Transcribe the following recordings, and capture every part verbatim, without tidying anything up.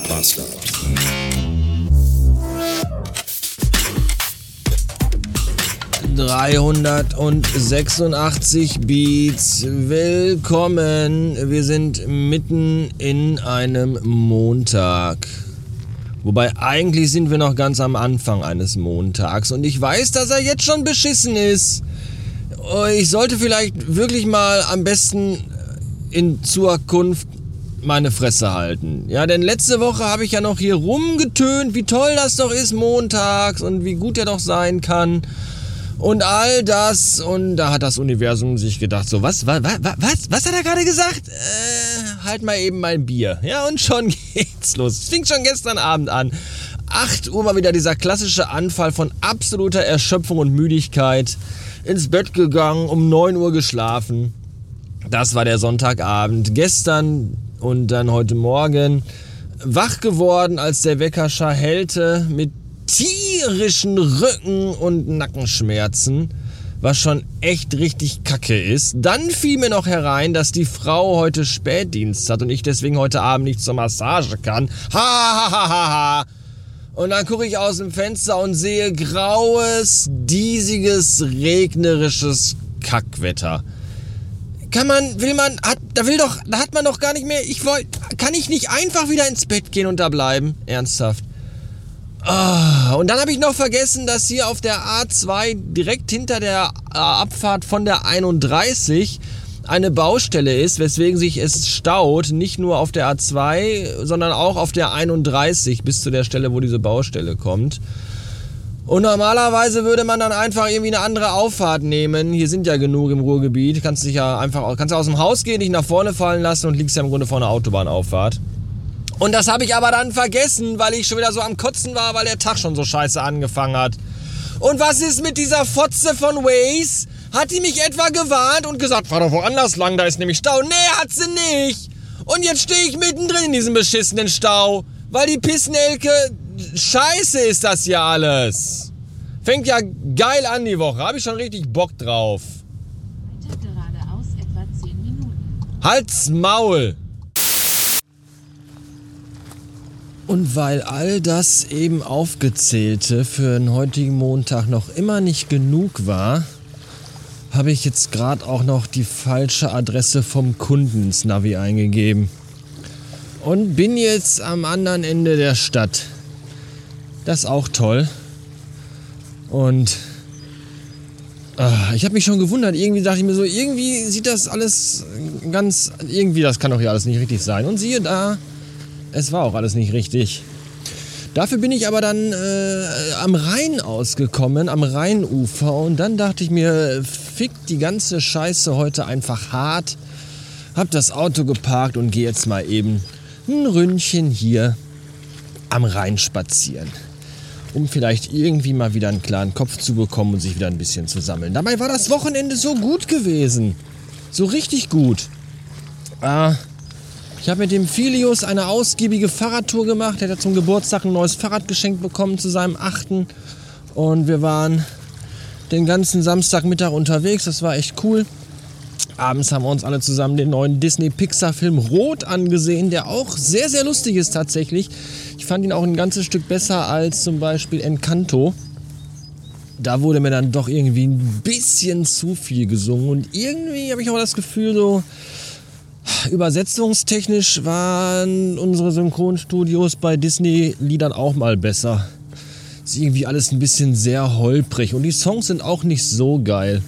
Bastard. dreihundertsechsundachtzig Beats, willkommen. Wir sind mitten in einem Montag. Wobei eigentlich sind wir noch ganz am Anfang eines Montags und ich weiß, dass er jetzt schon beschissen ist. Ich sollte vielleicht wirklich mal am besten in Zukunft meine Fresse halten. Ja, denn letzte Woche habe ich ja noch hier rumgetönt, wie toll das doch ist montags und wie gut der doch sein kann. Und all das, und da hat das Universum sich gedacht, so, was, was, was, was, was hat er gerade gesagt? Äh, halt mal eben mein Bier. Ja, und schon geht's los. Es fing schon gestern Abend an. acht Uhr war wieder dieser klassische Anfall von absoluter Erschöpfung und Müdigkeit. Ins Bett gegangen, um neun Uhr geschlafen. Das war der Sonntagabend. Gestern und dann heute Morgen wach geworden, als der Wecker schallte, mit tierischen Rücken- und Nackenschmerzen, was schon echt richtig kacke ist. Dann fiel mir noch herein, dass die Frau heute Spätdienst hat und ich deswegen heute Abend nicht zur Massage kann. Ha, ha, ha, ha, ha. Und dann gucke ich aus dem Fenster und sehe graues, diesiges, regnerisches Kackwetter. Kann man, will man, hat, da will doch, da hat man doch gar nicht mehr, ich wollte, kann ich nicht einfach wieder ins Bett gehen und da bleiben? Ernsthaft. Oh, und dann habe ich noch vergessen, dass hier auf der A zwei direkt hinter der äh, Abfahrt von der einunddreißig eine Baustelle ist, weswegen sich es staut, nicht nur auf der A zwei, sondern auch auf der einunddreißig bis zu der Stelle, wo diese Baustelle kommt. Und normalerweise würde man dann einfach irgendwie eine andere Auffahrt nehmen. Hier sind ja genug im Ruhrgebiet. Kannst dich ja einfach, kannst du aus dem Haus gehen, dich nach vorne fallen lassen und liegst ja im Grunde vor einer Autobahnauffahrt. Und das habe ich aber dann vergessen, weil ich schon wieder so am Kotzen war, weil der Tag schon so scheiße angefangen hat. Und was ist mit dieser Fotze von Waze? Hat die mich etwa gewarnt und gesagt, fahr doch woanders lang, da ist nämlich Stau? Nee, hat sie nicht. Und jetzt stehe ich mittendrin in diesem beschissenen Stau, weil die Pissnelke, scheiße ist das hier alles. Fängt ja geil an die Woche, habe ich schon richtig Bock drauf. Weiter geradeaus etwa zehn Minuten. Halt's Maul! Und weil all das eben Aufgezählte für den heutigen Montag noch immer nicht genug war, habe ich jetzt gerade auch noch die falsche Adresse vom Kunden ins Navi eingegeben. Und bin jetzt am anderen Ende der Stadt. Das ist auch toll. Und äh, ich habe mich schon gewundert, irgendwie dachte ich mir so, irgendwie sieht das alles ganz, irgendwie, das kann doch hier alles nicht richtig sein. Und siehe da, es war auch alles nicht richtig. Dafür bin ich aber dann äh, am Rhein ausgekommen, am Rheinufer. Und dann dachte ich mir, fick die ganze Scheiße heute einfach hart. Hab das Auto geparkt und gehe jetzt mal eben ein Ründchen hier am Rhein spazieren. Um vielleicht irgendwie mal wieder einen klaren Kopf zu bekommen und sich wieder ein bisschen zu sammeln. Dabei war das Wochenende so gut gewesen. So richtig gut. Ah... Ich habe mit dem Filius eine ausgiebige Fahrradtour gemacht. Er hat zum Geburtstag ein neues Fahrrad geschenkt bekommen zu seinem achten. Und wir waren den ganzen Samstagmittag unterwegs. Das war echt cool. Abends haben wir uns alle zusammen den neuen Disney-Pixar-Film Rot angesehen, der auch sehr, sehr lustig ist tatsächlich. Ich fand ihn auch ein ganzes Stück besser als zum Beispiel Encanto. Da wurde mir dann doch irgendwie ein bisschen zu viel gesungen. Und irgendwie habe ich auch das Gefühl, so übersetzungstechnisch waren unsere Synchronstudios bei Disney-Liedern auch mal besser. Ist irgendwie alles ein bisschen sehr holprig und die Songs sind auch nicht so geil.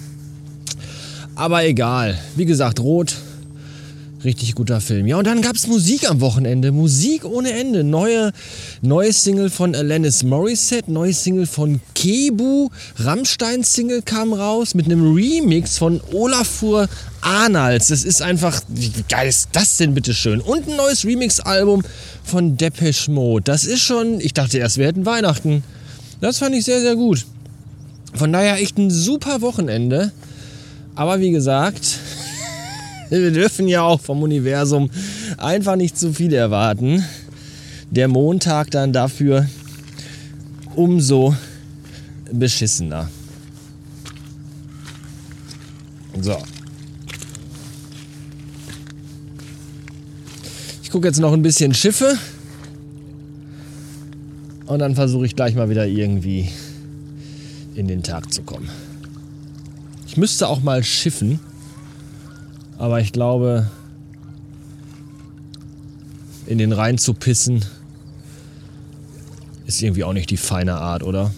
Aber egal. Wie gesagt, Rot, richtig guter Film. Ja, und dann gab's Musik am Wochenende. Musik ohne Ende. Neue, neue Single von Alanis Morissette, neue Single von Kebu. Rammstein-Single kam raus mit einem Remix von Olafur Arnalds. Das ist einfach, wie geil ist das denn bitteschön? Und ein neues Remix-Album von Depeche Mode. Das ist schon, ich dachte erst, wir hätten Weihnachten. Das fand ich sehr, sehr gut. Von daher echt ein super Wochenende. Aber wie gesagt, wir dürfen ja auch vom Universum einfach nicht zu viel erwarten. Der Montag dann dafür umso beschissener. So. Ich gucke jetzt noch ein bisschen Schiffe. Und dann versuche ich gleich mal wieder irgendwie in den Tag zu kommen. Ich müsste auch mal schiffen. Aber ich glaube, in den Rhein zu pissen, ist irgendwie auch nicht die feine Art, oder?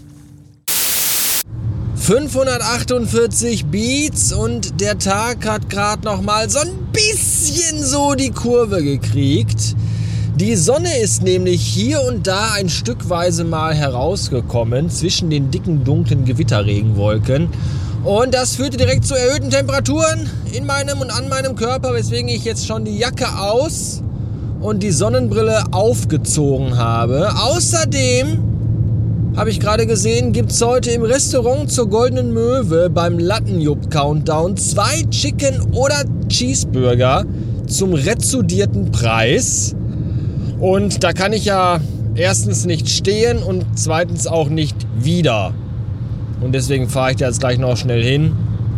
fünfhundertachtundvierzig Beats und der Tag hat gerade noch mal so ein bisschen so die Kurve gekriegt. Die Sonne ist nämlich hier und da ein Stückweise mal herausgekommen zwischen den dicken, dunklen Gewitterregenwolken. Und das führte direkt zu erhöhten Temperaturen in meinem und an meinem Körper, weswegen ich jetzt schon die Jacke aus und die Sonnenbrille aufgezogen habe. Außerdem habe ich gerade gesehen, gibt es heute im Restaurant zur Goldenen Möwe beim Lattenjupp-Countdown zwei Chicken oder Cheeseburger zum rezudierten Preis. Und da kann ich ja erstens nicht stehen und zweitens auch nicht wieder. Und deswegen fahre ich da jetzt gleich noch schnell hin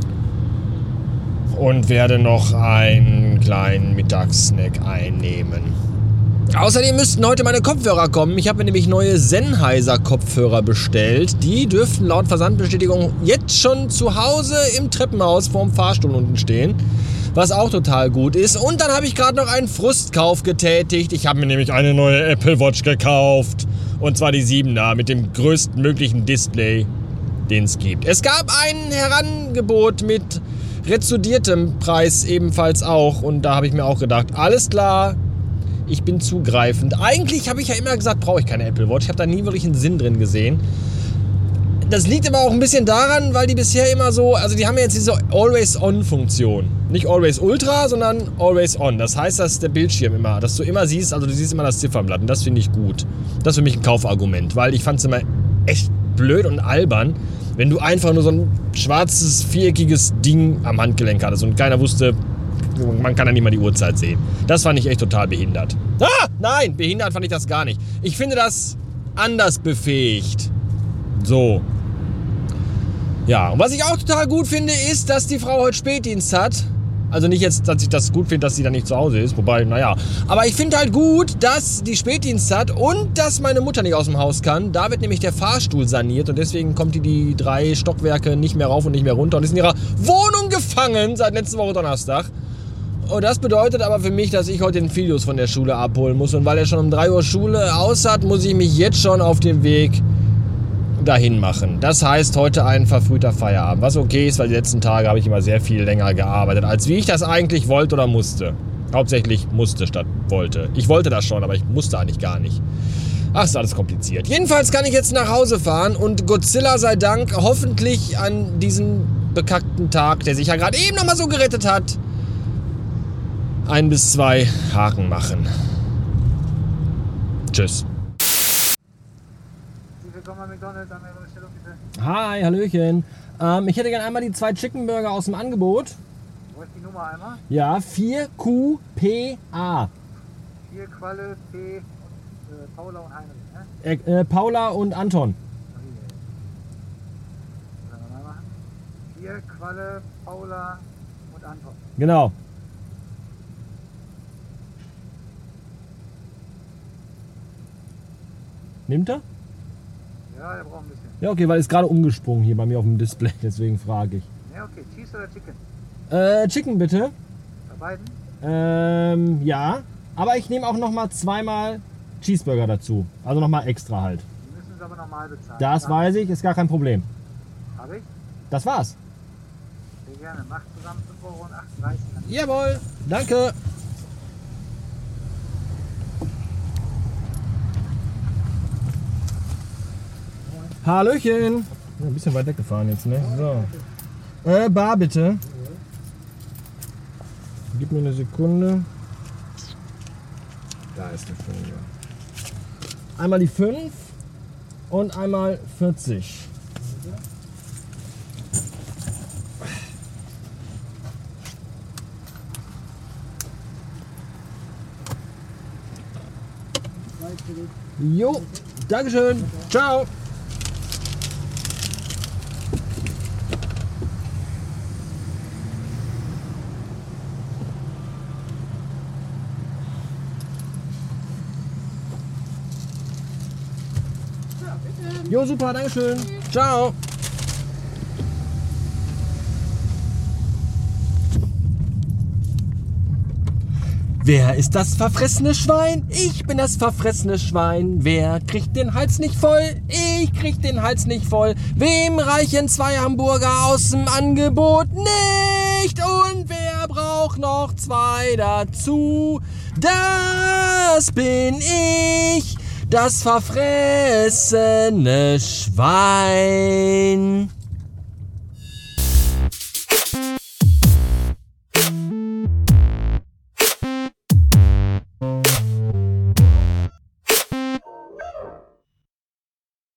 und werde noch einen kleinen Mittagssnack einnehmen. Außerdem müssten heute meine Kopfhörer kommen. Ich habe mir nämlich neue Sennheiser Kopfhörer bestellt. Die dürften laut Versandbestätigung jetzt schon zu Hause im Treppenhaus vorm Fahrstuhl unten stehen. Was auch total gut ist. Und dann habe ich gerade noch einen Frustkauf getätigt. Ich habe mir nämlich eine neue Apple Watch gekauft. Und zwar die siebener mit dem größten möglichen Display, den es gibt. Es gab ein Herangebot mit rezudiertem Preis ebenfalls auch. Und da habe ich mir auch gedacht, alles klar, ich bin zugreifend. Eigentlich habe ich ja immer gesagt, brauche ich keine Apple Watch. Ich habe da nie wirklich einen Sinn drin gesehen. Das liegt aber auch ein bisschen daran, weil die bisher immer so, also die haben ja jetzt diese Always-On-Funktion. Nicht Always Ultra, sondern Always On. Das heißt, dass der Bildschirm immer, dass du immer siehst, also du siehst immer das Ziffernblatt. Und das finde ich gut. Das ist für mich ein Kaufargument, weil ich fand es immer echt blöd und albern, wenn du einfach nur so ein schwarzes, viereckiges Ding am Handgelenk hattest und keiner wusste, man kann ja nicht mal die Uhrzeit sehen. Das fand ich echt total behindert. Ah, nein, behindert fand ich das gar nicht. Ich finde das anders befähigt. So. Ja, und was ich auch total gut finde, ist, dass die Frau heute Spätdienst hat. Also nicht jetzt, dass ich das gut finde, dass sie dann nicht zu Hause ist. Wobei, naja. Aber ich finde halt gut, dass die Spätdienst hat und dass meine Mutter nicht aus dem Haus kann. Da wird nämlich der Fahrstuhl saniert und deswegen kommt die die drei Stockwerke nicht mehr rauf und nicht mehr runter und ist in ihrer Wohnung gefangen seit letzter Woche Donnerstag. Und das bedeutet aber für mich, dass ich heute den Filius von der Schule abholen muss. Und weil er schon um drei Uhr Schule aus hat, muss ich mich jetzt schon auf den Weg dahin machen. Das heißt, heute ein verfrühter Feierabend. Was okay ist, weil die letzten Tage habe ich immer sehr viel länger gearbeitet, als wie ich das eigentlich wollte oder musste. Hauptsächlich musste statt wollte. Ich wollte das schon, aber ich musste eigentlich gar nicht. Ach, ist alles kompliziert. Jedenfalls kann ich jetzt nach Hause fahren und Godzilla sei Dank hoffentlich an diesem bekackten Tag, der sich ja gerade eben nochmal so gerettet hat, ein bis zwei Haken machen. Tschüss. Willkommen bei McDonald's, an Ihrer Bestellung bitte. Hi, Hallöchen. Ähm, ich hätte gerne einmal die zwei Chicken Burger aus dem Angebot. Wo ist die Nummer einmal? Ja, vier Q P A. vier Qualle, P und äh, Paula und Heinrich, ne? Äh, äh, Paula und Anton. vier Qualle, Paula und Anton. Genau. Nimmt er? Ja, der braucht ein bisschen. Ja, okay, weil ist gerade umgesprungen hier bei mir auf dem Display, deswegen frage ich. Ja, okay. Cheese oder Chicken? Äh, Chicken bitte. Bei beiden? Ähm, ja. Aber ich nehme auch nochmal zweimal Cheeseburger dazu. Also nochmal extra halt. Die müssen Sie aber normal bezahlen. Das weiß ich, ist gar kein Problem. Habe ich? Das war's. Sehr gerne. Macht zusammen fünf Euro achtunddreißig. Jawohl, danke. Hallöchen. Ja, ein bisschen weit weggefahren jetzt, ne? So. Äh, Bar bitte. Gib mir eine Sekunde. Da ist der Fünfer. Einmal die fünf und einmal vierzig. Jo, Dankeschön. Ciao. Jo, super, dankeschön. Ciao. Wer ist das verfressene Schwein? Ich bin das verfressene Schwein. Wer kriegt den Hals nicht voll? Ich krieg den Hals nicht voll. Wem reichen zwei Hamburger aus dem Angebot nicht? Und wer braucht noch zwei dazu? Das bin ich, das verfressene Schwein.